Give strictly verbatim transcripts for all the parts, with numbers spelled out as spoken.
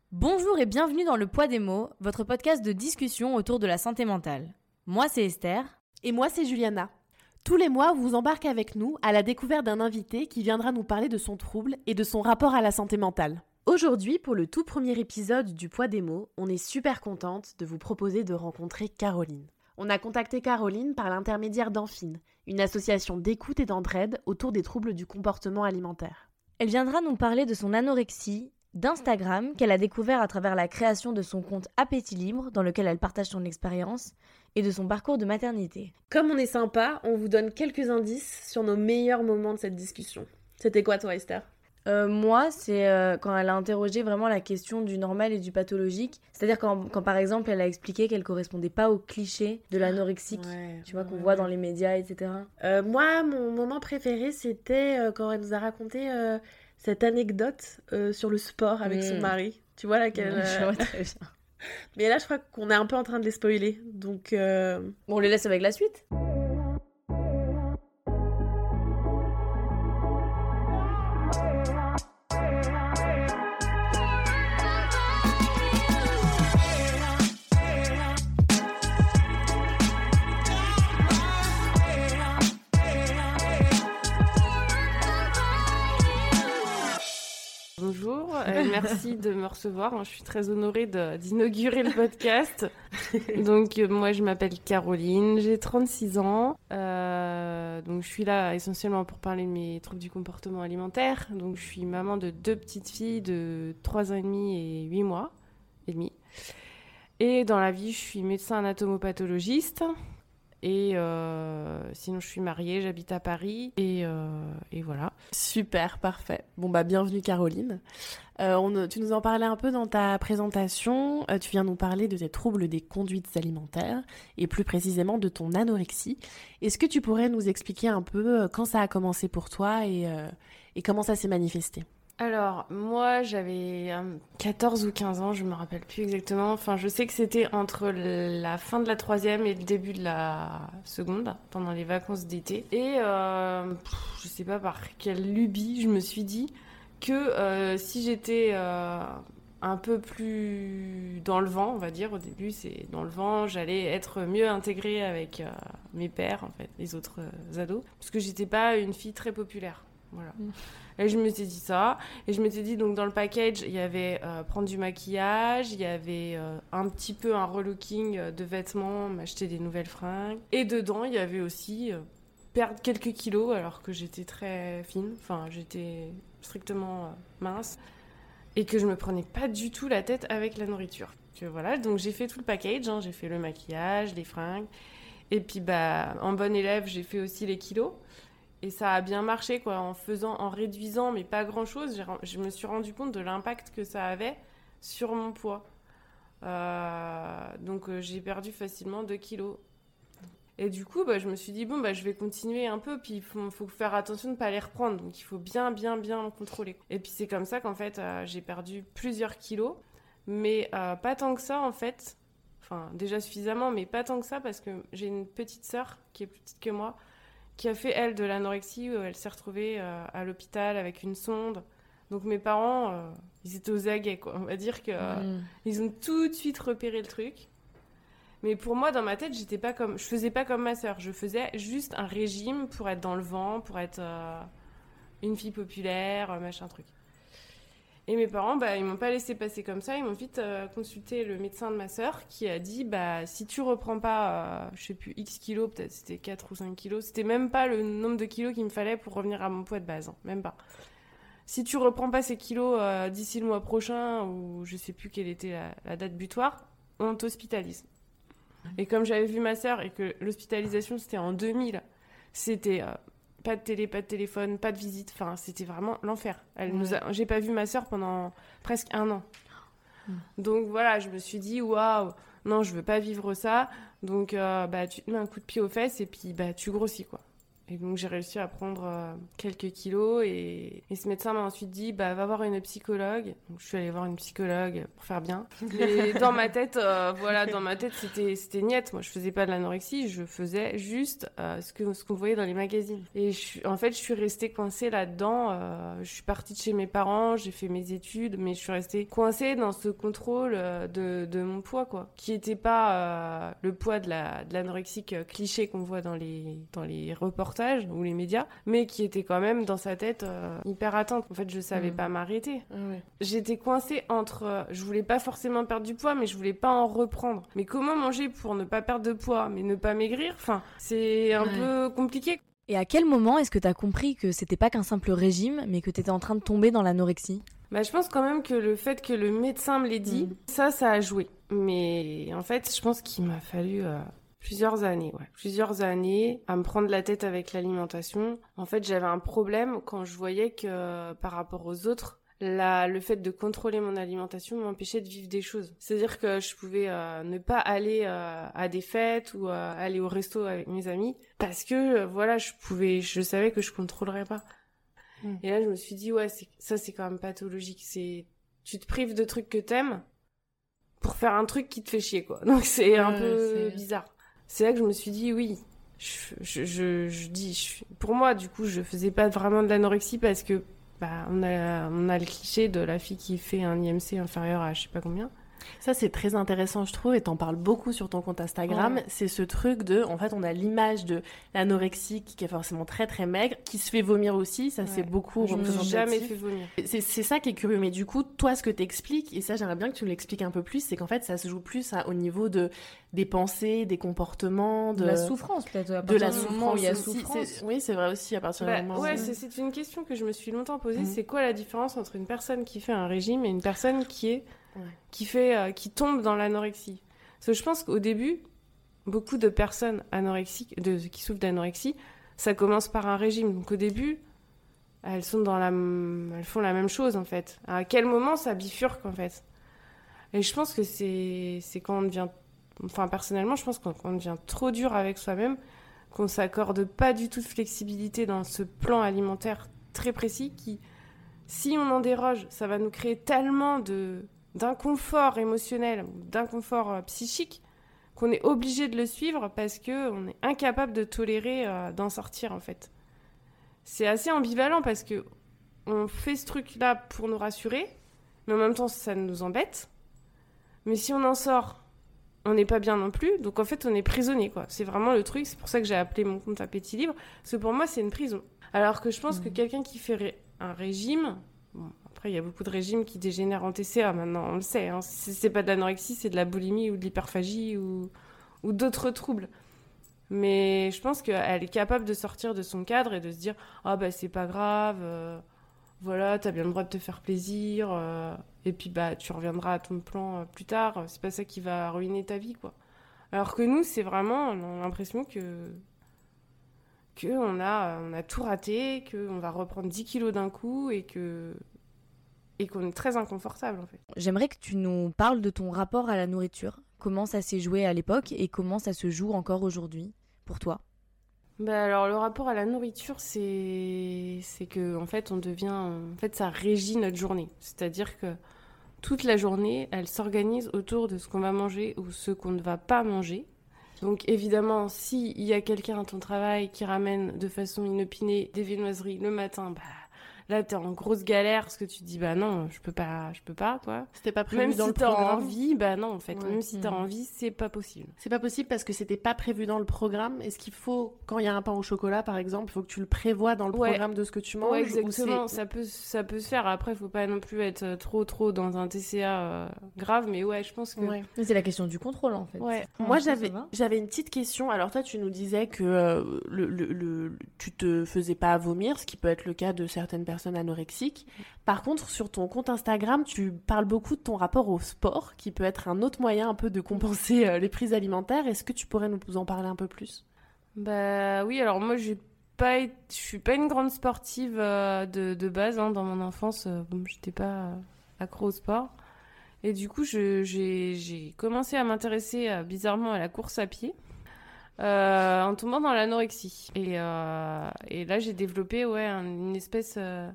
Bonjour et bienvenue dans Le Poids des mots, votre podcast de discussion autour de la santé mentale. Moi c'est Esther. Et moi c'est Juliana. Tous les mois, vous embarquez avec nous à la découverte d'un invité qui viendra nous parler de son trouble et de son rapport à la santé mentale. Aujourd'hui, pour le tout premier épisode du Poids des mots, on est super contente de vous proposer de rencontrer Caroline. On a contacté Caroline par l'intermédiaire d'Enfine, une association d'écoute et d'entraide autour des troubles du comportement alimentaire. Elle viendra nous parler de son anorexie, d'Instagram qu'elle a découvert à travers la création de son compte Appétit Libre dans lequel elle partage son expérience et de son parcours de maternité. Comme on est sympa, on vous donne quelques indices sur nos meilleurs moments de cette discussion. C'était quoi toi Esther ? Euh, moi, c'est euh, quand elle a interrogé vraiment la question du normal et du pathologique. C'est-à-dire quand, quand par exemple, elle a expliqué qu'elle correspondait pas au cliché de l'anorexique, ouais, tu vois, qu'on ouais, voit ouais. dans les médias, et cetera. Euh, moi, mon moment préféré, c'était euh, quand elle nous a raconté euh, cette anecdote euh, sur le sport avec mmh. son mari. Tu vois laquelle ouais, je vois très bien. Mais là, je crois qu'on est un peu en train de les spoiler. Donc, euh... bon, on les laisse avec la suite. Bonjour, euh, merci de me recevoir. Je suis très honorée de, d'inaugurer le podcast. Donc euh, moi je m'appelle Caroline, j'ai trente-six ans. Euh, donc je suis là essentiellement pour parler de mes troubles du comportement alimentaire. Donc je suis maman de deux petites filles de trois ans et demi et huit mois et demi. Et dans la vie je suis médecin anatomopathologiste. Et euh, sinon, je suis mariée, j'habite à Paris, et, euh, et voilà. Super, parfait. Bon, bah, bienvenue Caroline. Euh, on, tu nous en parlais un peu dans ta présentation. Euh, tu viens nous parler de tes troubles des conduites alimentaires, et plus précisément de ton anorexie. Est-ce que tu pourrais nous expliquer un peu quand ça a commencé pour toi et, euh, et comment ça s'est manifesté ? Alors, moi, j'avais quatorze ou quinze ans, je me rappelle plus exactement. Enfin, je sais que c'était entre la fin de la troisième et le début de la seconde, pendant les vacances d'été. Et euh, pff, je sais pas par quelle lubie, je me suis dit que euh, si j'étais euh, un peu plus dans le vent, on va dire, au début, c'est dans le vent, j'allais être mieux intégrée avec euh, mes pairs, en fait, les autres euh, ados. Parce que j'étais pas une fille très populaire. Voilà. Mmh. Et je me suis dit ça. Et je m'étais dit, donc dans le package, il y avait euh, prendre du maquillage, il y avait euh, un petit peu un relooking de vêtements, m'acheter des nouvelles fringues. Et dedans, il y avait aussi euh, perdre quelques kilos alors que j'étais très fine. Enfin, j'étais strictement euh, mince. Et que je me prenais pas du tout la tête avec la nourriture. Que, voilà, donc j'ai fait tout le package. Hein, j'ai fait le maquillage, les fringues. Et puis, bah, en bonne élève, j'ai fait aussi les kilos. Et ça a bien marché, quoi, en faisant, en réduisant, mais pas grand-chose. J'ai, je me suis rendu compte de l'impact que ça avait sur mon poids. Euh, donc, euh, j'ai perdu facilement deux kilos. Et du coup, bah, je me suis dit, bon, bah, je vais continuer un peu, puis il faut, faut faire attention de ne pas les reprendre. Donc, il faut bien, bien, bien contrôler. Et puis, c'est comme ça qu'en fait, euh, j'ai perdu plusieurs kilos. Mais euh, pas tant que ça, en fait. Enfin, déjà suffisamment, mais pas tant que ça, parce que j'ai une petite sœur qui est plus petite que moi, qui a fait, elle, de l'anorexie, où elle s'est retrouvée euh, à l'hôpital avec une sonde. Donc mes parents, euh, ils étaient aux aguets, quoi. On va dire qu'ils euh, mmh. ont tout de suite repéré le truc. Mais pour moi, dans ma tête, j'étais pas comme, je faisais pas comme ma sœur. Je faisais juste un régime pour être dans le vent, pour être euh, une fille populaire, machin truc. Et mes parents, bah, ils m'ont pas laissé passer comme ça. Ils m'ont vite euh, consulté le médecin de ma sœur qui a dit, bah, si tu reprends pas, euh, je sais plus, X kilos, peut-être c'était quatre ou cinq kilos. C'était même pas le nombre de kilos qu'il me fallait pour revenir à mon poids de base. Hein, même pas. Si tu reprends pas ces kilos euh, d'ici le mois prochain, ou je sais plus quelle était la, la date butoir, on t'hospitalise. Et comme j'avais vu ma sœur et que l'hospitalisation c'était en deux mille, c'était... Euh, pas de télé, pas de téléphone, pas de visite. Enfin, c'était vraiment l'enfer. Elle ouais. nous a... J'ai pas vu ma sœur pendant presque un an. Mmh. Donc voilà, je me suis dit, waouh, non, je veux pas vivre ça. Donc, euh, bah, tu te mets un coup de pied aux fesses et puis bah, tu grossis, quoi. Et donc j'ai réussi à prendre euh, quelques kilos et, et ce médecin m'a ensuite dit bah va voir une psychologue. Donc je suis allée voir une psychologue pour faire bien. Et dans ma tête, euh, voilà, dans ma tête c'était c'était niette. Moi je faisais pas de l'anorexie, je faisais juste euh, ce que ce qu'on voyait dans les magazines. Et je suis, en fait je suis restée coincée là-dedans. Euh, je suis partie de chez mes parents, j'ai fait mes études, mais je suis restée coincée dans ce contrôle euh, de de mon poids quoi, qui était pas euh, le poids de la de l'anorexique euh, cliché qu'on voit dans les dans les reportages ou les médias, mais qui était quand même dans sa tête euh, hyper atteinte. En fait, je savais mmh. pas m'arrêter. Ah ouais. J'étais coincée entre... Euh, je voulais pas forcément perdre du poids, mais je voulais pas en reprendre. Mais comment manger pour ne pas perdre de poids, mais ne pas maigrir? Enfin, c'est un ouais. peu compliqué. Et à quel moment est-ce que t'as compris que c'était pas qu'un simple régime, mais que t'étais en train de tomber dans l'anorexie? Bah, je pense quand même que le fait que le médecin me l'ait dit, mmh. ça, ça a joué. Mais en fait, je pense qu'il m'a fallu... Euh... Plusieurs années, ouais. Plusieurs années à me prendre la tête avec l'alimentation. En fait, j'avais un problème quand je voyais que euh, par rapport aux autres, la, le fait de contrôler mon alimentation m'empêchait de vivre des choses. C'est-à-dire que je pouvais euh, ne pas aller euh, à des fêtes ou euh, aller au resto avec mes amis parce que euh, voilà, je pouvais, je savais que je contrôlerais pas. Mmh. Et là, je me suis dit ouais, c'est, ça c'est quand même pathologique. C'est, tu te prives de trucs que t'aimes pour faire un truc qui te fait chier quoi. Donc c'est ouais, un peu c'est... bizarre. C'est là que je me suis dit, oui, je, je, je, je dis, je, pour moi, du coup, je faisais pas vraiment de l'anorexie parce que, bah, on a, on a le cliché de la fille qui fait un I M C inférieur à je sais pas combien. Ça, c'est très intéressant, je trouve, et t'en parles beaucoup sur ton compte Instagram. Ouais. C'est ce truc de, en fait, on a l'image de l'anorexie qui est forcément très, très maigre, qui se fait vomir aussi. Ça, ouais. c'est beaucoup représentatif. Je me suis jamais fait vomir. C'est, c'est ça qui est curieux. Mais du coup, toi, ce que t'expliques, et ça, j'aimerais bien que tu l'expliques un peu plus, c'est qu'en fait, ça se joue plus hein, au niveau de, des pensées, des comportements, de, de la souffrance, peut-être. De la souffrance. Où il y a aussi, souffrance. C'est, oui, c'est vrai aussi, à partir bah, du moment ouais, où... c'est, c'est une question que je me suis longtemps posée. Mmh. C'est quoi la différence entre une personne qui fait un régime et une personne qui est... Ouais. qui fait euh, qui tombe dans l'anorexie. Parce que je pense qu'au début, beaucoup de personnes anorexiques, de, qui souffrent d'anorexie, ça commence par un régime. Donc au début, elles sont dans la, elles font la même chose en fait. À quel moment ça bifurque en fait? Et je pense que c'est c'est quand on devient, enfin personnellement, je pense qu'on, qu'on devient trop dur avec soi-même, qu'on s'accorde pas du tout de flexibilité dans ce plan alimentaire très précis qui, si on en déroge, ça va nous créer tellement de d'inconfort émotionnel, d'inconfort euh, psychique, qu'on est obligé de le suivre parce qu'on est incapable de tolérer euh, d'en sortir, en fait. C'est assez ambivalent parce que on fait ce truc-là pour nous rassurer, mais en même temps, ça nous embête. Mais si on en sort, on n'est pas bien non plus. Donc, en fait, on est prisonnier, quoi. C'est vraiment le truc. C'est pour ça que j'ai appelé mon compte Appétit Libre. Parce que pour moi, c'est une prison. Alors que je pense mmh. que quelqu'un qui fait ré- un régime... Bon, après, il y a beaucoup de régimes qui dégénèrent en T C A, maintenant, on le sait. Hein. Si c'est pas de l'anorexie, c'est de la boulimie ou de l'hyperphagie ou, ou d'autres troubles. Mais je pense qu'elle est capable de sortir de son cadre et de se dire « Ah, bah, c'est pas grave, euh, voilà, t'as bien le droit de te faire plaisir, euh, et puis, bah, tu reviendras à ton plan euh, plus tard, c'est pas ça qui va ruiner ta vie, quoi. » Alors que nous, c'est vraiment, on a l'impression que... qu'on a, on a tout raté, qu'on va reprendre dix kilos d'un coup et que... et qu'on est très inconfortable en fait. J'aimerais que tu nous parles de ton rapport à la nourriture, comment ça s'est joué à l'époque et comment ça se joue encore aujourd'hui pour toi. Bah alors le rapport à la nourriture, c'est c'est que en fait on devient, en fait ça régit notre journée, c'est-à-dire que toute la journée, elle s'organise autour de ce qu'on va manger ou ce qu'on ne va pas manger. Donc évidemment, s'il y a quelqu'un à ton travail qui ramène de façon inopinée des viennoiseries le matin, bah là t'es en grosse galère parce que tu te dis bah non, je peux pas, je peux pas quoi. C'était pas prévu même dans si le programme. Même si t'as envie, bah non en fait, ouais. même si t'as mmh. envie, c'est pas possible. C'est pas possible parce que c'était pas prévu dans le programme. Est-ce qu'il faut, quand il y a un pain au chocolat par exemple, il faut que tu le prévois dans le ouais. programme de ce que tu manges? Ouais, exactement. Ça peut, ça peut se faire. Après, faut pas non plus être trop, trop dans un T C A euh, grave, mais ouais, je pense que. Ouais. Mais c'est la question du contrôle en fait. Ouais. Moi, j'avais, j'avais une petite question. Alors toi, tu nous disais que euh, le, le, le, tu te faisais pas vomir, ce qui peut être le cas de certaines personnes anorexiques. Par contre, sur ton compte Instagram, tu parles beaucoup de ton rapport au sport, qui peut être un autre moyen un peu de compenser euh, les prises alimentaires. Est-ce que tu pourrais nous en parler un peu plus? Bah oui, alors moi, j'ai pas été... je suis pas une grande sportive euh, de, de base. Hein. Dans mon enfance, euh, bon, j'étais pas accro au sport. Et du coup, je, j'ai, j'ai commencé à m'intéresser euh, bizarrement à la course à pied. euh, en tombant dans l'anorexie. Et, euh, et là, j'ai développé ouais, un, une espèce euh,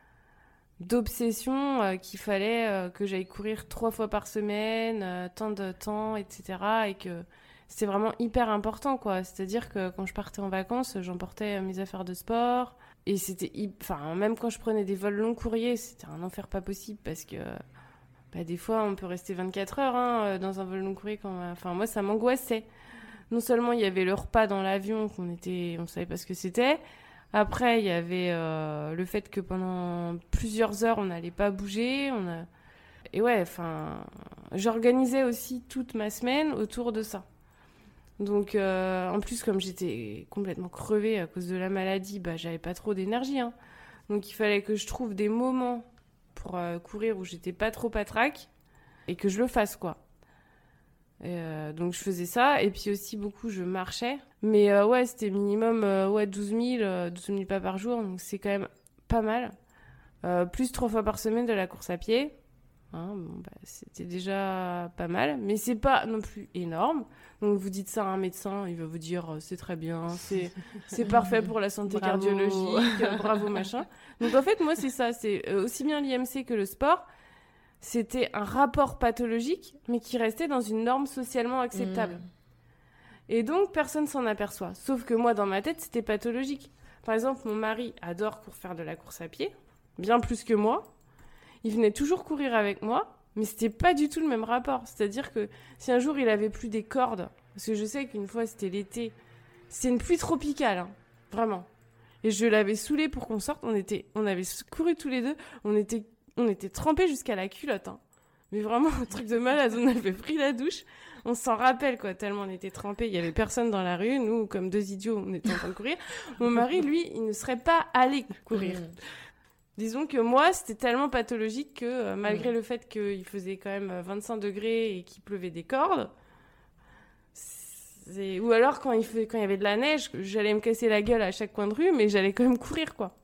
d'obsession euh, qu'il fallait euh, que j'aille courir trois fois par semaine, euh, tant de temps, et cetera. Et que c'était vraiment hyper important, quoi. C'est-à-dire que quand je partais en vacances, j'emportais mes affaires de sport. Et c'était... Enfin, même quand je prenais des vols long courriers, c'était un enfer pas possible parce que... Bah, des fois, on peut rester vingt-quatre heures hein, dans un vol long courrier. Quand... Enfin, moi, ça m'angoissait. Non seulement il y avait le repas dans l'avion, qu'on était... on savait pas ce que c'était. Après, il y avait euh, le fait que pendant plusieurs heures, on n'allait pas bouger. On a... Et ouais, enfin... J'organisais aussi toute ma semaine autour de ça. Donc, euh, en plus, comme j'étais complètement crevée à cause de la maladie, bah, j'avais pas trop d'énergie. Hein. Donc, il fallait que je trouve des moments pour euh, courir où j'étais pas trop patraque et que je le fasse, quoi. Et euh, donc, je faisais ça. Et puis aussi, beaucoup, je marchais. Mais euh, ouais, c'était minimum euh, ouais, douze mille, euh, douze mille pas par jour. Donc, c'est quand même pas mal. Euh, plus trois fois par semaine de la course à pied. Hein, bon, bah, c'était déjà pas mal, mais c'est pas non plus énorme. Donc vous dites ça à un médecin, il va vous dire euh, c'est très bien, c'est, c'est parfait pour la santé Bravo. cardiologique, euh, bravo machin. Donc en fait, moi c'est ça, c'est euh, aussi bien l'I M C que le sport, c'était un rapport pathologique, mais qui restait dans une norme socialement acceptable. Mmh. Et donc personne s'en aperçoit. Sauf que moi, dans ma tête, c'était pathologique. Par exemple, mon mari adore pour faire de la course à pied, bien plus que moi. Il venait toujours courir avec moi, mais c'était pas du tout le même rapport. C'est-à-dire que si un jour il avait plus des cordes, parce que je sais qu'une fois c'était l'été, c'était une pluie tropicale, hein, vraiment. Et je l'avais saoulé pour qu'on sorte. On était, on avait couru tous les deux. On était, on était trempés jusqu'à la culotte, hein. Mais vraiment un truc de malade. On avait pris la douche. On s'en rappelle quoi, tellement on était trempés. Il y avait personne dans la rue. Nous, comme deux idiots, on était en train de courir. Mon mari, lui, il ne serait pas allé courir. Disons que moi, c'était tellement pathologique que euh, malgré mmh. le fait qu'il faisait quand même vingt-cinq degrés et qu'il pleuvait des cordes, c'est... ou alors quand il, fait... quand il y avait de la neige, j'allais me casser la gueule à chaque coin de rue, mais j'allais quand même courir, quoi.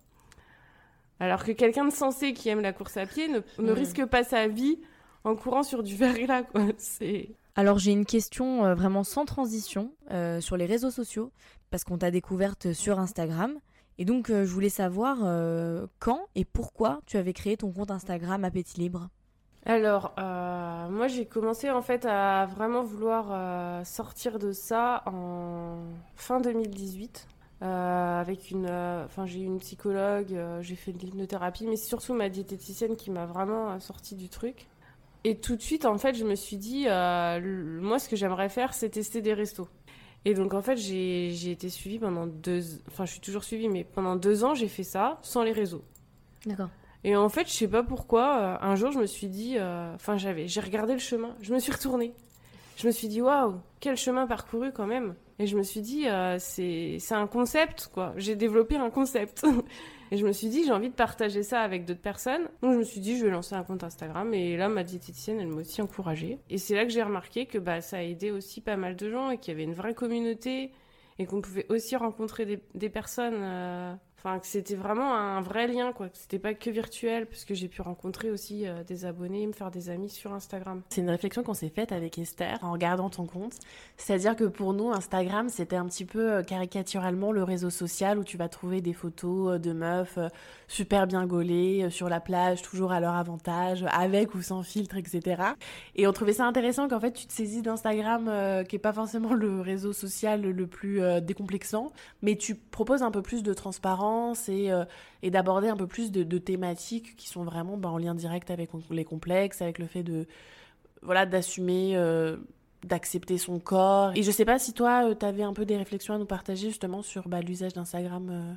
Alors que quelqu'un de sensé qui aime la course à pied ne, mmh. ne risque pas sa vie en courant sur du verglas, quoi. C'est... Alors j'ai une question euh, vraiment sans transition euh, sur les réseaux sociaux, parce qu'on t'a découverte sur Instagram. Et donc, euh, je voulais savoir euh, quand et pourquoi tu avais créé ton compte Instagram Appétit Libre. Alors, euh, moi, j'ai commencé en fait à vraiment vouloir euh, sortir de ça en fin deux mille dix-huit. Euh, avec une, enfin, euh, j'ai eu une psychologue, euh, j'ai fait de l'hypnothérapie, mais c'est surtout ma diététicienne qui m'a vraiment euh, sorti du truc. Et tout de suite, en fait, je me suis dit, euh, le, moi, ce que j'aimerais faire, c'est tester des restos. Et donc, en fait, j'ai, j'ai été suivie pendant deux... Enfin, je suis toujours suivie, mais pendant deux ans, j'ai fait ça sans les réseaux. D'accord. Et en fait, je sais pas pourquoi, euh, un jour, je me suis dit... Enfin, euh, j'avais... J'ai regardé le chemin. Je me suis retournée. Je me suis dit, waouh, quel chemin parcouru quand même. Et je me suis dit, euh, c'est... c'est un concept, quoi. J'ai développé un concept. Et je me suis dit, j'ai envie de partager ça avec d'autres personnes. Donc je me suis dit, je vais lancer un compte Instagram. Et là, ma diététicienne, elle m'a aussi encouragée. Et c'est là que j'ai remarqué que bah, ça a aidé aussi pas mal de gens et qu'il y avait une vraie communauté et qu'on pouvait aussi rencontrer des, des personnes... Euh... Enfin, que c'était vraiment un vrai lien, quoi. Que c'était pas que virtuel, parce que j'ai pu rencontrer aussi euh, des abonnés, me faire des amis sur Instagram. C'est une réflexion qu'on s'est faite avec Esther en regardant ton compte. C'est-à-dire que pour nous, Instagram, c'était un petit peu euh, caricaturalement le réseau social où tu vas trouver des photos euh, de meufs euh, super bien gaulées, euh, sur la plage, toujours à leur avantage, avec ou sans filtre, et cetera. Et on trouvait ça intéressant qu'en fait, tu te saisis d'Instagram, euh, qui est pas forcément le réseau social le plus euh, décomplexant, mais tu proposes un peu plus de transparence et, euh, et d'aborder un peu plus de, de thématiques qui sont vraiment bah, en lien direct avec les complexes, avec le fait de, voilà, d'assumer, euh, d'accepter son corps. Et je sais pas si toi, euh, tu avais un peu des réflexions à nous partager justement sur bah, l'usage d'Instagram euh,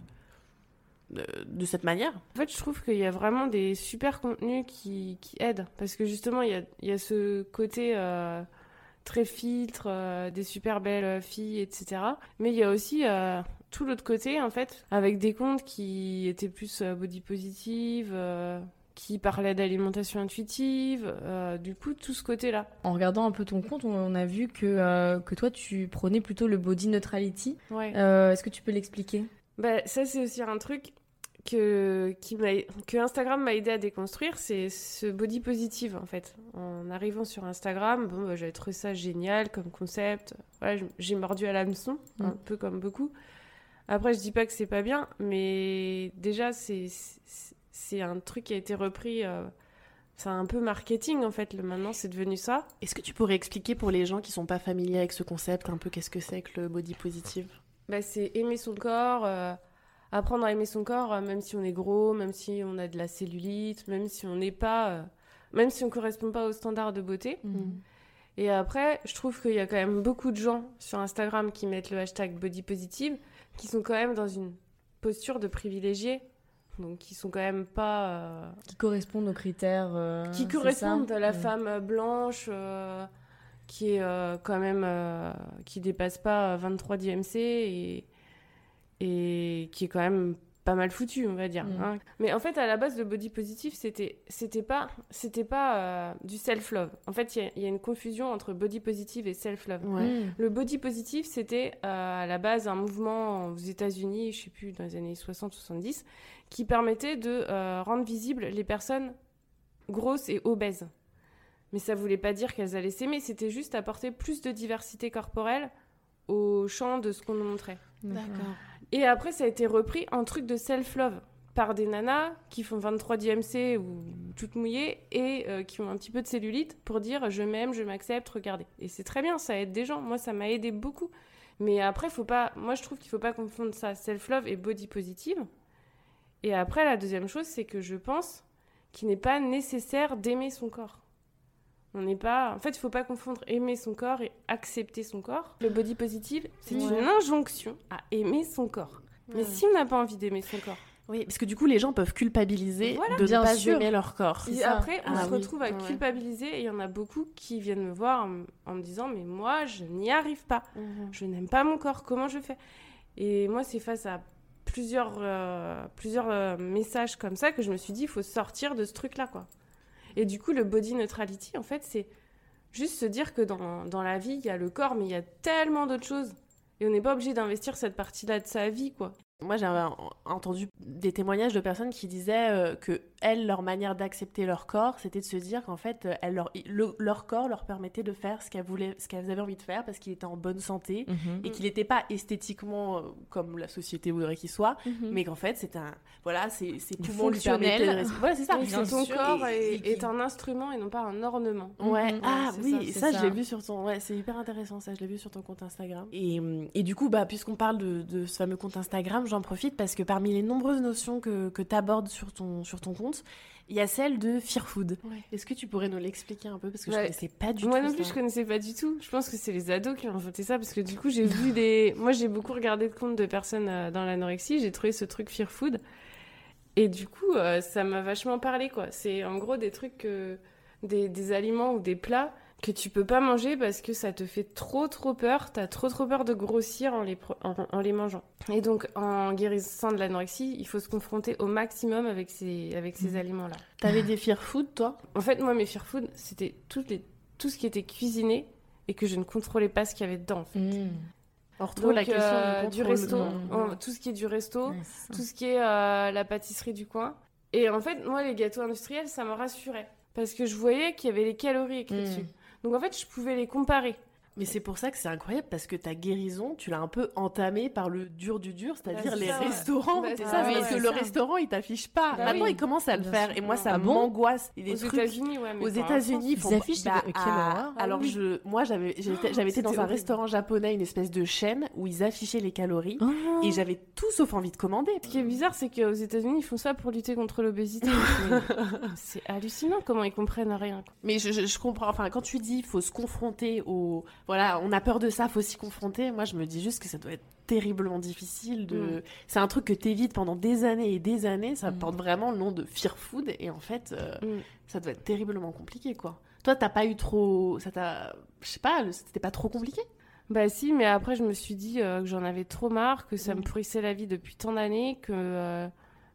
de, de cette manière. En fait, je trouve qu'il y a vraiment des super contenus qui, qui aident. Parce que justement, il y a, il y a ce côté... Euh... très filtre, euh, des super belles filles, et cetera. Mais il y a aussi euh, tout l'autre côté, en fait, avec des comptes qui étaient plus euh, body positive, euh, qui parlaient d'alimentation intuitive, euh, du coup, tout ce côté-là. En regardant un peu ton compte, on a vu que, euh, que toi, tu prenais plutôt le body neutrality. Ouais. Euh, est-ce que tu peux l'expliquer ? Bah, ça, c'est aussi un truc... que, qui m'a, que Instagram m'a aidé à déconstruire, c'est ce body positive, en fait. En arrivant sur Instagram, bon, bah, j'avais trouvé ça génial comme concept. Voilà, j'ai mordu à l'hameçon, mmh. un peu comme beaucoup. Après, je dis pas que c'est pas bien, mais déjà, c'est, c'est, c'est un truc qui a été repris... Euh, c'est un peu marketing, en fait. Le, maintenant, c'est devenu ça. Est-ce que tu pourrais expliquer pour les gens qui sont pas familiers avec ce concept, un peu qu'est-ce que c'est que le body positive ? Bah, c'est aimer son corps... Euh, apprendre à aimer son corps, même si on est gros, même si on a de la cellulite, même si on n'est pas... Euh, même si on ne correspond pas aux standards de beauté. Mmh. Et après, je trouve qu'il y a quand même beaucoup de gens sur Instagram qui mettent le hashtag body positive, qui sont quand même dans une posture de privilégiés, donc qui sont quand même pas... Euh, qui correspondent aux critères... Euh, qui correspondent à la mmh. femme blanche... Euh, qui est euh, quand même... Euh, qui dépasse pas vingt-trois d'I M C et... et qui est quand même pas mal foutu, on va dire. Mmh. Hein. Mais en fait, à la base, le body positive, c'était, c'était pas, c'était pas euh, du self-love. En fait, il y, y a une confusion entre body positive et self-love. Ouais. Mmh. Le body positive, c'était euh, à la base un mouvement aux États-Unis, je sais plus, dans les années soixante soixante-dix, qui permettait de euh, rendre visibles les personnes grosses et obèses. Mais ça voulait pas dire qu'elles allaient s'aimer, c'était juste apporter plus de diversité corporelle au champ de ce qu'on nous montrait. D'accord. Et après, ça a été repris en truc de self-love par des nanas qui font vingt-trois d'I M C ou toutes mouillées et euh, qui ont un petit peu de cellulite pour dire « je m'aime, je m'accepte, regardez ». Et c'est très bien, ça aide des gens. Moi, ça m'a aidé beaucoup. Mais après, faut pas... moi, je trouve qu'il ne faut pas confondre ça, self-love et body positive. Et après, la deuxième chose, c'est que je pense qu'il n'est pas nécessaire d'aimer son corps. On n'est pas... En fait, il ne faut pas confondre aimer son corps et accepter son corps. Le body positive, c'est ouais. une injonction à aimer son corps. Ouais. Mais si on n'a pas envie d'aimer son corps... Oui, parce que du coup, les gens peuvent culpabiliser voilà, de ne pas sûr. aimer leur corps. Et après, on ah, se oui. retrouve à ouais. culpabiliser et il y en a beaucoup qui viennent me voir en, en me disant « Mais moi, je n'y arrive pas. Mmh. Je n'aime pas mon corps. Comment je fais ?» Et moi, c'est face à plusieurs, euh, plusieurs euh, messages comme ça que je me suis dit « Il faut sortir de ce truc-là, quoi. » Et du coup, le body neutrality, en fait, c'est juste se dire que dans, dans la vie, il y a le corps, mais il y a tellement d'autres choses. Et on n'est pas obligé d'investir cette partie-là de sa vie, quoi. Moi, j'ai entendu des témoignages de personnes qui disaient euh, que elles, leur manière d'accepter leur corps, c'était de se dire qu'en fait, elles, leur, le, leur corps leur permettait de faire ce qu'elles voulaient, ce qu'elles avaient envie de faire parce qu'il était en bonne santé mm-hmm. et qu'il n'était pas esthétiquement euh, comme la société voudrait qu'il soit, mm-hmm. mais qu'en fait, c'est un, voilà, c'est, c'est poumons lui permettaient de... Voilà, c'est ça. Oui, c'est ton sûr. corps et, est, et, est un instrument et non pas un ornement. Ouais. Mm-hmm. Ah ouais, oui, ça, ça, ça, je l'ai vu sur ton, ouais, c'est hyper intéressant. Ça, je l'ai vu sur ton compte Instagram. Et, et du coup, bah, puisqu'on parle de, de ce fameux compte Instagram, j'en profite parce que parmi les nombreuses notions que, que tu abordes sur ton, sur ton compte, il y a celle de Fear Food. Ouais. Est-ce que tu pourrais nous l'expliquer un peu parce que ouais. je ne connaissais pas du Moi tout non plus, ça. je ne connaissais pas du tout. Je pense que c'est les ados qui ont inventé ça parce que du coup, j'ai vu des... Moi, j'ai beaucoup regardé de comptes de personnes euh, dans l'anorexie. J'ai trouvé ce truc Fear Food. Et du coup, euh, ça m'a vachement parlé, quoi. C'est en gros des trucs, euh, des, des aliments ou des plats que tu peux pas manger parce que ça te fait trop trop peur, t'as trop trop peur de grossir en les, pro- en, en les mangeant. Et donc en guérissant de l'anorexie, il faut se confronter au maximum avec ces, avec ces mmh. aliments-là. T'avais des fear food, toi ? En fait, moi, mes fear food, c'était toutes les, tout ce qui était cuisiné et que je ne contrôlais pas ce qu'il y avait dedans, en fait. Mmh. On retrouve donc, la question euh, du, du resto, mmh. on, tout ce qui est du resto, ouais, tout ce qui est euh, la pâtisserie du coin. Et en fait, moi, les gâteaux industriels, ça me rassurait parce que je voyais qu'il y avait les calories écrites mmh. dessus. Donc en fait, je pouvais les comparer. Mais c'est pour ça que c'est incroyable, parce que ta guérison, tu l'as un peu entamée par le dur du dur, c'est-à-dire bah, c'est les ça, restaurants. Bah, c'est ça, ah, oui, parce que le ça. restaurant, il t'affiche pas. Bah, Maintenant, oui. il commence à le Bien faire. Sûr. Et moi, ça ah, m'angoisse. Bon Aux trucs... États-Unis, ouais. Aux États-Unis, ils font... affichent bah, des... ah, ah, Alors, oui. je... moi, j'avais, j'étais, j'avais été dans un horrible. restaurant japonais, une espèce de chaîne, où ils affichaient les calories. Oh. Et j'avais tout sauf envie de commander. Ce qui est bizarre, c'est qu'aux États-Unis, ils font ça pour lutter contre l'obésité. C'est hallucinant comment ils comprennent rien. Mais je, je, je comprends. Enfin, quand tu dis, il faut se confronter au... Voilà, on a peur de ça, faut s'y confronter. Moi, je me dis juste que ça doit être terriblement difficile. De... Mm. C'est un truc que t'évites pendant des années et des années. Ça mm. porte vraiment le nom de Fear Food. Et en fait, euh, mm. ça doit être terriblement compliqué, quoi. Toi, t'as pas eu trop... Ça t'a... Je sais pas, c'était pas trop compliqué ? Bah si, mais après, je me suis dit euh, que j'en avais trop marre, que ça mm. me pourrissait la vie depuis tant d'années, que... Euh...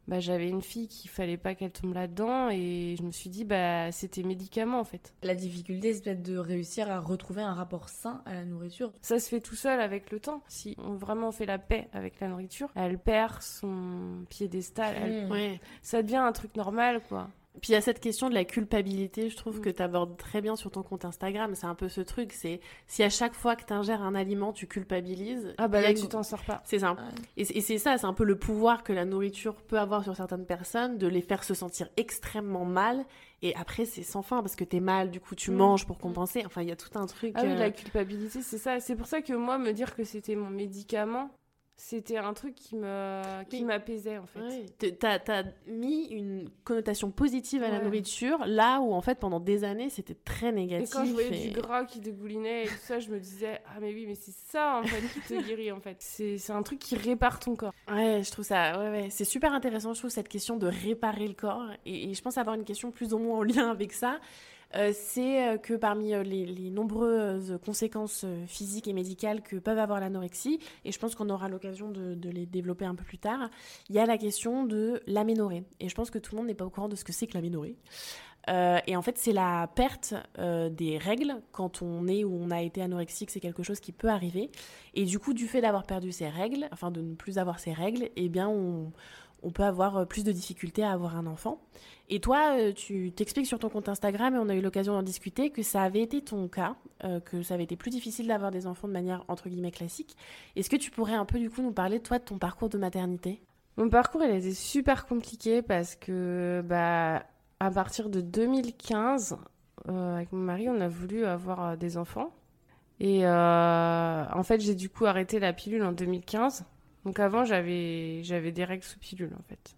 bah, j'avais une fille qu'il fallait pas qu'elle tombe là-dedans et je me suis dit bah c'était médicament en fait. La difficulté, c'est peut-être de réussir à retrouver un rapport sain à la nourriture. Ça se fait tout seul avec le temps. Si on vraiment fait la paix avec la nourriture, elle perd son piédestal. Elle... Mmh. Ouais. Ça devient un truc normal, quoi. Puis il y a cette question de la culpabilité, je trouve, mmh. que tu abordes très bien sur ton compte Instagram. C'est un peu ce truc, c'est si à chaque fois que tu ingères un aliment, tu culpabilises... Ah bah là, une... tu t'en sors pas. C'est ça. Ouais. Et, et c'est ça, c'est un peu le pouvoir que la nourriture peut avoir sur certaines personnes, de les faire se sentir extrêmement mal. Et après, c'est sans fin, parce que t'es mal, du coup, tu mmh. manges pour compenser. Enfin, il y a tout un truc... Ah oui, euh... la culpabilité, c'est ça. C'est pour ça que moi, me dire que c'était mon médicament... C'était un truc qui me qui m'apaisait en fait. Ouais. T'as, t'as mis une connotation positive à ouais. la nourriture, là où en fait pendant des années c'était très négatif. Et quand je voyais et... du gras qui dégoulinait et tout ça, je me disais ah mais oui mais c'est ça en fait qui te guérit en fait. C'est c'est un truc qui répare ton corps. Ouais, je trouve ça ouais ouais c'est super intéressant, je trouve cette question de réparer le corps et, et je pense avoir une question plus ou moins en lien avec ça. Euh, c'est que parmi euh, les, les nombreuses conséquences euh, physiques et médicales que peuvent avoir l'anorexie, et je pense qu'on aura l'occasion de, de les développer un peu plus tard, il y a la question de l'aménorrhée. Et je pense que tout le monde n'est pas au courant de ce que c'est que l'aménorrhée. Euh, et en fait, c'est la perte euh, des règles. Quand on est ou on a été anorexique, c'est quelque chose qui peut arriver. Et du coup, du fait d'avoir perdu ses règles, enfin de ne plus avoir ses règles, eh bien on... on peut avoir plus de difficultés à avoir un enfant. Et toi, tu t'expliques sur ton compte Instagram, et on a eu l'occasion d'en discuter, que ça avait été ton cas, euh, que ça avait été plus difficile d'avoir des enfants de manière, entre guillemets, classique. Est-ce que tu pourrais un peu, du coup, nous parler, toi, de ton parcours de maternité ? Mon parcours, il a été super compliqué parce que, bah, à partir de deux mille quinze, euh, avec mon mari, on a voulu avoir euh, des enfants. Et euh, en fait, j'ai du coup arrêté la pilule en deux mille quinze. Donc avant, j'avais, j'avais des règles sous pilule, en fait.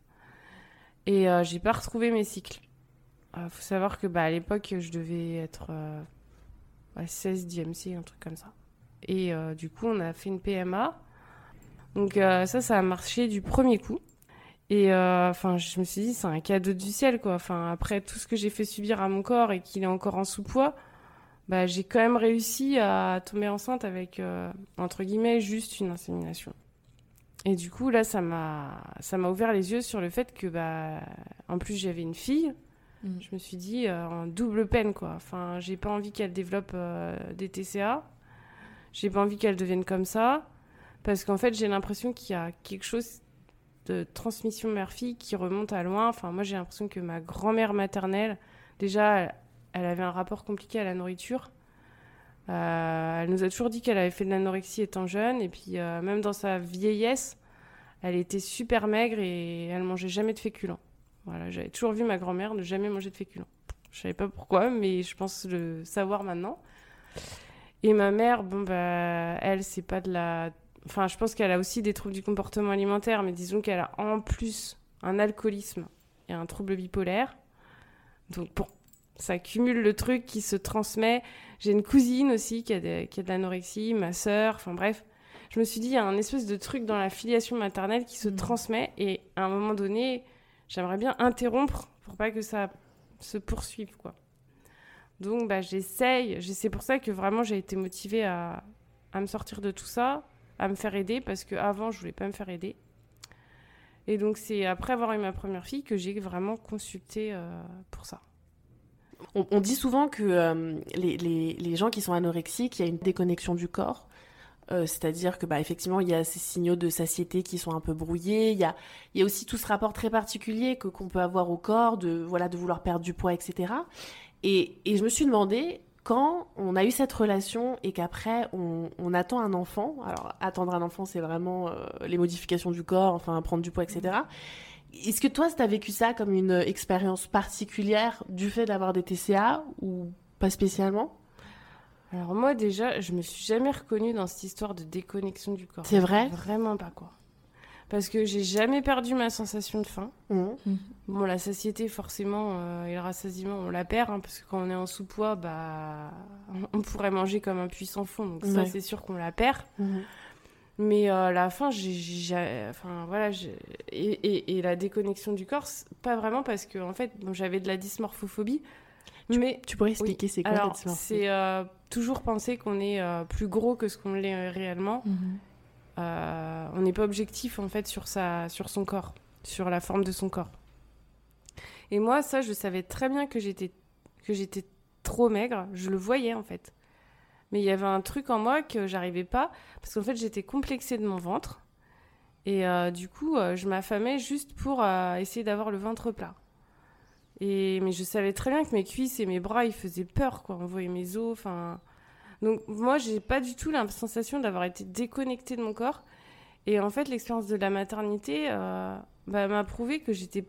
Et euh, j'ai pas retrouvé mes cycles. Il euh, faut savoir que bah, à l'époque, je devais être euh, à seize D M C, un truc comme ça. Et euh, du coup, on a fait une P M A. Donc euh, ça, ça a marché du premier coup. Et enfin, euh, je me suis dit, c'est un cadeau du ciel, quoi. Enfin, après tout ce que j'ai fait subir à mon corps et qu'il est encore en sous-poids, bah, j'ai quand même réussi à tomber enceinte avec, euh, entre guillemets, juste une insémination. Et du coup, là, ça m'a, ça m'a ouvert les yeux sur le fait que, bah, en plus, j'avais une fille. Mmh. Je me suis dit, euh, en double peine, quoi. Enfin, j'ai pas envie qu'elle développe euh, des T C A. J'ai pas envie qu'elle devienne comme ça. Parce qu'en fait, j'ai l'impression qu'il y a quelque chose de transmission mère-fille qui remonte à loin. Enfin, moi, j'ai l'impression que ma grand-mère maternelle, déjà, elle, elle avait un rapport compliqué à la nourriture. Euh, elle nous a toujours dit qu'elle avait fait de l'anorexie étant jeune, et puis euh, même dans sa vieillesse, elle était super maigre et elle mangeait jamais de féculents. Voilà, j'avais toujours vu ma grand-mère ne jamais manger de féculents. Je savais pas pourquoi, mais je pense le savoir maintenant. Et ma mère, bon bah, elle, c'est pas de la... Enfin, je pense qu'elle a aussi des troubles du comportement alimentaire, mais disons qu'elle a en plus un alcoolisme et un trouble bipolaire. Donc bon, ça cumule le truc qui se transmet. J'ai une cousine aussi qui a de, qui a de l'anorexie, ma sœur, enfin bref. Je me suis dit, il y a un espèce de truc dans la filiation maternelle qui se mmh. transmet, et à un moment donné, j'aimerais bien interrompre pour pas que ça se poursuive, quoi. Donc, bah, j'essaye. C'est pour ça que vraiment, j'ai été motivée à, à me sortir de tout ça, à me faire aider, parce qu'avant, je voulais pas me faire aider. Et donc, c'est après avoir eu ma première fille que j'ai vraiment consulté euh, pour ça. On, on dit souvent que euh, les, les, les gens qui sont anorexiques, il y a une déconnexion du corps. Euh, c'est-à-dire que, bah, effectivement, il y a ces signaux de satiété qui sont un peu brouillés. Il y a, il y a aussi tout ce rapport très particulier que, qu'on peut avoir au corps, de, voilà, de vouloir perdre du poids, et cetera. Et, et je me suis demandé, quand on a eu cette relation et qu'après, on, on attend un enfant, alors attendre un enfant, c'est vraiment euh, les modifications du corps, enfin, prendre du poids, et cetera. Est-ce que toi, tu as vécu ça comme une expérience particulière du fait d'avoir des T C A ou pas spécialement ? Alors moi, déjà, je me suis jamais reconnue dans cette histoire de déconnexion du corps. C'est vrai ? Vraiment pas, quoi. Parce que j'ai jamais perdu ma sensation de faim. Mmh. Bon, la satiété, forcément, euh, et le rassasiement, on la perd, hein, parce que quand on est en sous-poids, bah, on pourrait manger comme un puissant fond. Donc ouais. Ça, c'est sûr qu'on la perd. Mmh. Mais euh, la faim, j'ai, j'ai, enfin, voilà, j'ai, et, et, et la déconnexion du corps, pas vraiment, parce que en fait, bon, j'avais de la dysmorphophobie. Tu, mais tu pourrais expliquer oui. C'est quoi Alors, la dysmorphophobie ? C'est euh, toujours penser qu'on est euh, plus gros que ce qu'on l'est réellement. Mmh. Euh, on n'est pas objectif en fait sur, sa, sur son corps. sur la forme de son corps. Et moi, ça, je savais très bien que j'étais, que j'étais trop maigre. Je le voyais, en fait. Mais il y avait un truc en moi que j'arrivais pas, parce qu'en fait, j'étais complexée de mon ventre. Et euh, du coup, euh, je m'affamais juste pour euh, essayer d'avoir le ventre plat. Et, mais je savais très bien que mes cuisses et mes bras, ils faisaient peur, quoi. On voyait mes os, enfin... Donc, moi, j'ai pas du tout la sensation d'avoir été déconnectée de mon corps. Et en fait, l'expérience de la maternité euh, bah, m'a prouvé que j'étais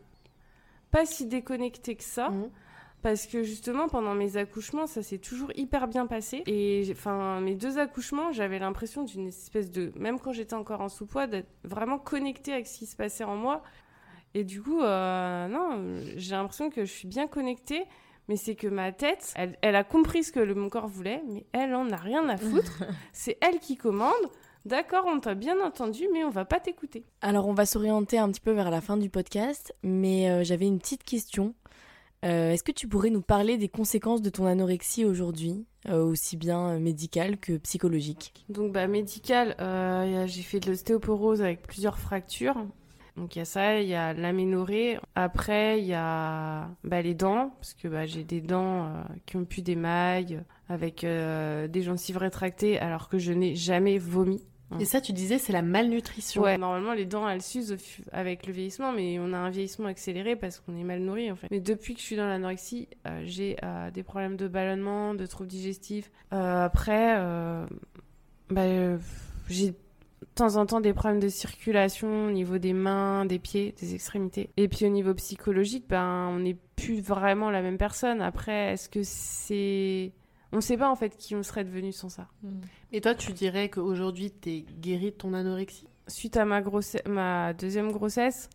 pas si déconnectée que ça. Mmh. Parce que justement, pendant mes accouchements, ça s'est toujours hyper bien passé. Et enfin, mes deux accouchements, j'avais l'impression d'une espèce de... Même quand j'étais encore en sous-poids, d'être vraiment connectée avec ce qui se passait en moi. Et du coup, euh, non, j'ai l'impression que je suis bien connectée. Mais c'est que ma tête, elle, elle a compris ce que le, mon corps voulait, mais elle en a rien à foutre. C'est elle qui commande. D'accord, on t'a bien entendu, mais on va pas t'écouter. Alors, on va s'orienter un petit peu vers la fin du podcast, mais euh, j'avais une petite question. Euh, est-ce que tu pourrais nous parler des conséquences de ton anorexie aujourd'hui, euh, aussi bien médicales que psychologiques ? Donc, bah, médicale, euh, j'ai fait de l'ostéoporose avec plusieurs fractures. Donc, il y a ça, il y a l'aménorrhée. Après, il y a bah, les dents, parce que bah, j'ai des dents euh, qui ont pu des mailles, avec euh, des gencives rétractées, alors que je n'ai jamais vomi. Et ça, tu disais, c'est la malnutrition. Ouais, normalement, les dents, elles s'usent avec le vieillissement, mais on a un vieillissement accéléré parce qu'on est mal nourri, en fait. Mais depuis que je suis dans l'anorexie, euh, j'ai euh, des problèmes de ballonnement, de troubles digestifs. Euh, après, euh, bah, euh, j'ai de temps en temps des problèmes de circulation au niveau des mains, des pieds, des extrémités. Et puis au niveau psychologique, ben, on n'est plus vraiment la même personne. Après, est-ce que c'est... On ne sait pas en fait qui on serait devenu sans ça. Et toi, tu dirais qu'aujourd'hui, tu es guérie de ton anorexie ? Suite à ma, grosse... ma deuxième grossesse,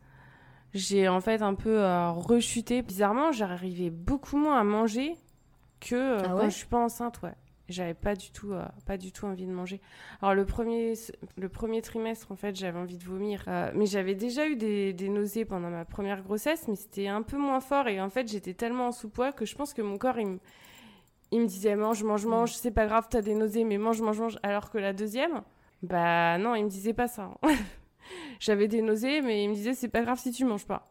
j'ai en fait un peu euh, rechuté. Bizarrement, j'arrivais beaucoup moins à manger que euh, ah ouais quand je ne suis pas enceinte. Ouais. J'avais pas du tout, euh, pas du tout envie de manger. Alors le premier, le premier trimestre, en fait, j'avais envie de vomir. Euh, mais j'avais déjà eu des, des nausées pendant ma première grossesse, mais c'était un peu moins fort. Et en fait, j'étais tellement en sous-poids que je pense que mon corps, il me... Il me disait mange, mange, mange, c'est pas grave, t'as des nausées, mais mange, mange, mange. Alors que la deuxième, bah non, il me disait pas ça. J'avais des nausées, mais il me disait c'est pas grave si tu manges pas.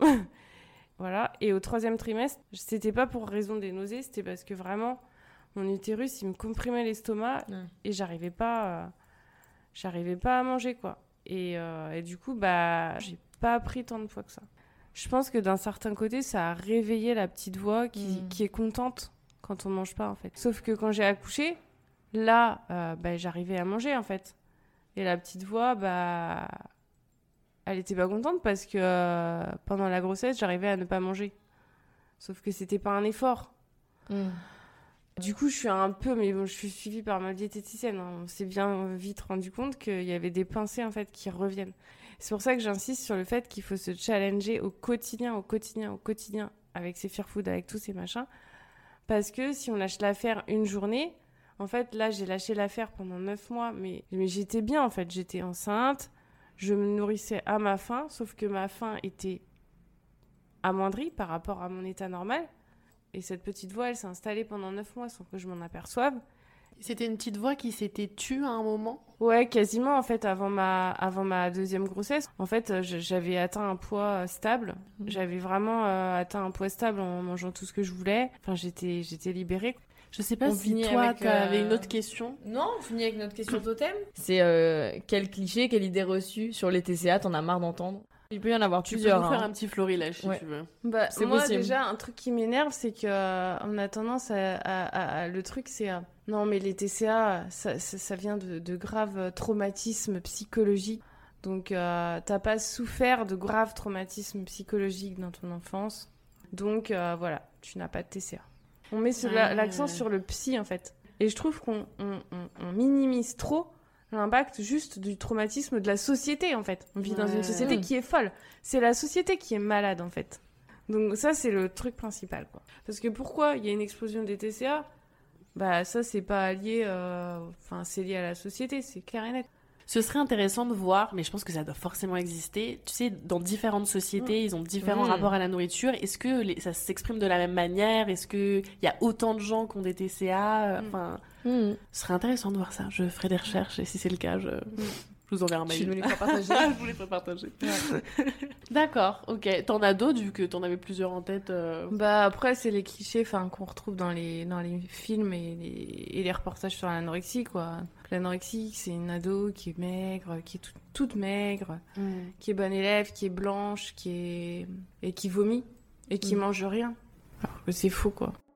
Voilà. Et au troisième trimestre, c'était pas pour raison des nausées, c'était parce que vraiment, mon utérus, il me comprimait l'estomac ouais. et j'arrivais pas, euh, j'arrivais pas à manger, quoi. Et, euh, et du coup, bah, j'ai pas pris tant de poids que ça. Je pense que d'un certain côté, ça a réveillé la petite voix qui, mmh. qui est contente quand on mange pas, en fait. Sauf que quand j'ai accouché, là, euh, bah, j'arrivais à manger, en fait. Et la petite voix, bah, elle était pas contente parce que euh, pendant la grossesse, j'arrivais à ne pas manger. Sauf que c'était pas un effort. Mm. Du coup, je suis un peu, mais bon, je suis suivie par ma diététicienne. Hein. On s'est bien vite rendu compte qu'il y avait des pensées, en fait, qui reviennent. C'est pour ça que j'insiste sur le fait qu'il faut se challenger au quotidien, au quotidien, au quotidien, avec ses fear food, avec tous ces machins. Parce que si on lâche l'affaire une journée, en fait, là, j'ai lâché l'affaire pendant neuf mois, mais, mais j'étais bien, en fait. J'étais enceinte, je me nourrissais à ma faim, sauf que ma faim était amoindrie par rapport à mon état normal. Et cette petite voix, elle s'est installée pendant neuf mois sans que je m'en aperçoive. C'était une petite voix qui s'était tue à un moment ? Ouais, quasiment, en fait, avant ma, avant ma deuxième grossesse. En fait, j'avais atteint un poids stable. Mmh. J'avais vraiment euh, atteint un poids stable en mangeant tout ce que je voulais. Enfin, j'étais, j'étais libérée. Je sais pas on si toi, tu avais euh... une autre question. Non, on finit avec notre question totem. C'est euh, quel cliché, quelle idée reçue sur les T C A t'en as marre d'entendre ? Il peut y en avoir tu plusieurs. Tu peux nous hein. faire un petit florilège si ouais. tu veux. Bah, c'est moi, possible. Déjà, un truc qui m'énerve, c'est qu'on a tendance à, à, à, à... Le truc, c'est... À... Non, mais les T C A, ça, ça, ça vient de, de graves traumatismes psychologiques. Donc, euh, t'as pas souffert de graves traumatismes psychologiques dans ton enfance. Donc, euh, voilà, tu n'as pas de T C A. On met sur la, l'accent ouais. sur le psy, en fait. Et je trouve qu'on on, on, on minimise trop l'impact juste du traumatisme de la société, en fait. On vit ouais. dans une société qui est folle. C'est la société qui est malade, en fait. Donc ça, c'est le truc principal, quoi. Parce que pourquoi il y a une explosion des T C A ? Bah ça, c'est pas lié... Enfin, euh... c'est lié à la société, c'est clair et net. Ce serait intéressant de voir, mais je pense que ça doit forcément exister. Tu sais, dans différentes sociétés, mmh. ils ont différents mmh. rapports à la nourriture. Est-ce que les... ça s'exprime de la même manière ? Est-ce qu'il y a autant de gens qui ont des T C A ? Enfin, mmh. ce serait intéressant de voir ça. Je ferai des recherches et si c'est le cas, je... Mmh. Je vous enverrai un mail. Je me les ferai partager. Je vous les ferai partager. Ouais. D'accord, ok. T'en as d'autres, vu que t'en avais plusieurs en tête euh... Bah après, c'est les clichés enfin, qu'on retrouve dans les, dans les films et les, et les reportages sur l'anorexie, quoi. L'anorexie, c'est une ado qui est maigre, qui est tout, toute maigre, mm. qui est bonne élève, qui est blanche, qui est... et qui vomit, et qui mm. mange rien. Alors que c'est faux, quoi.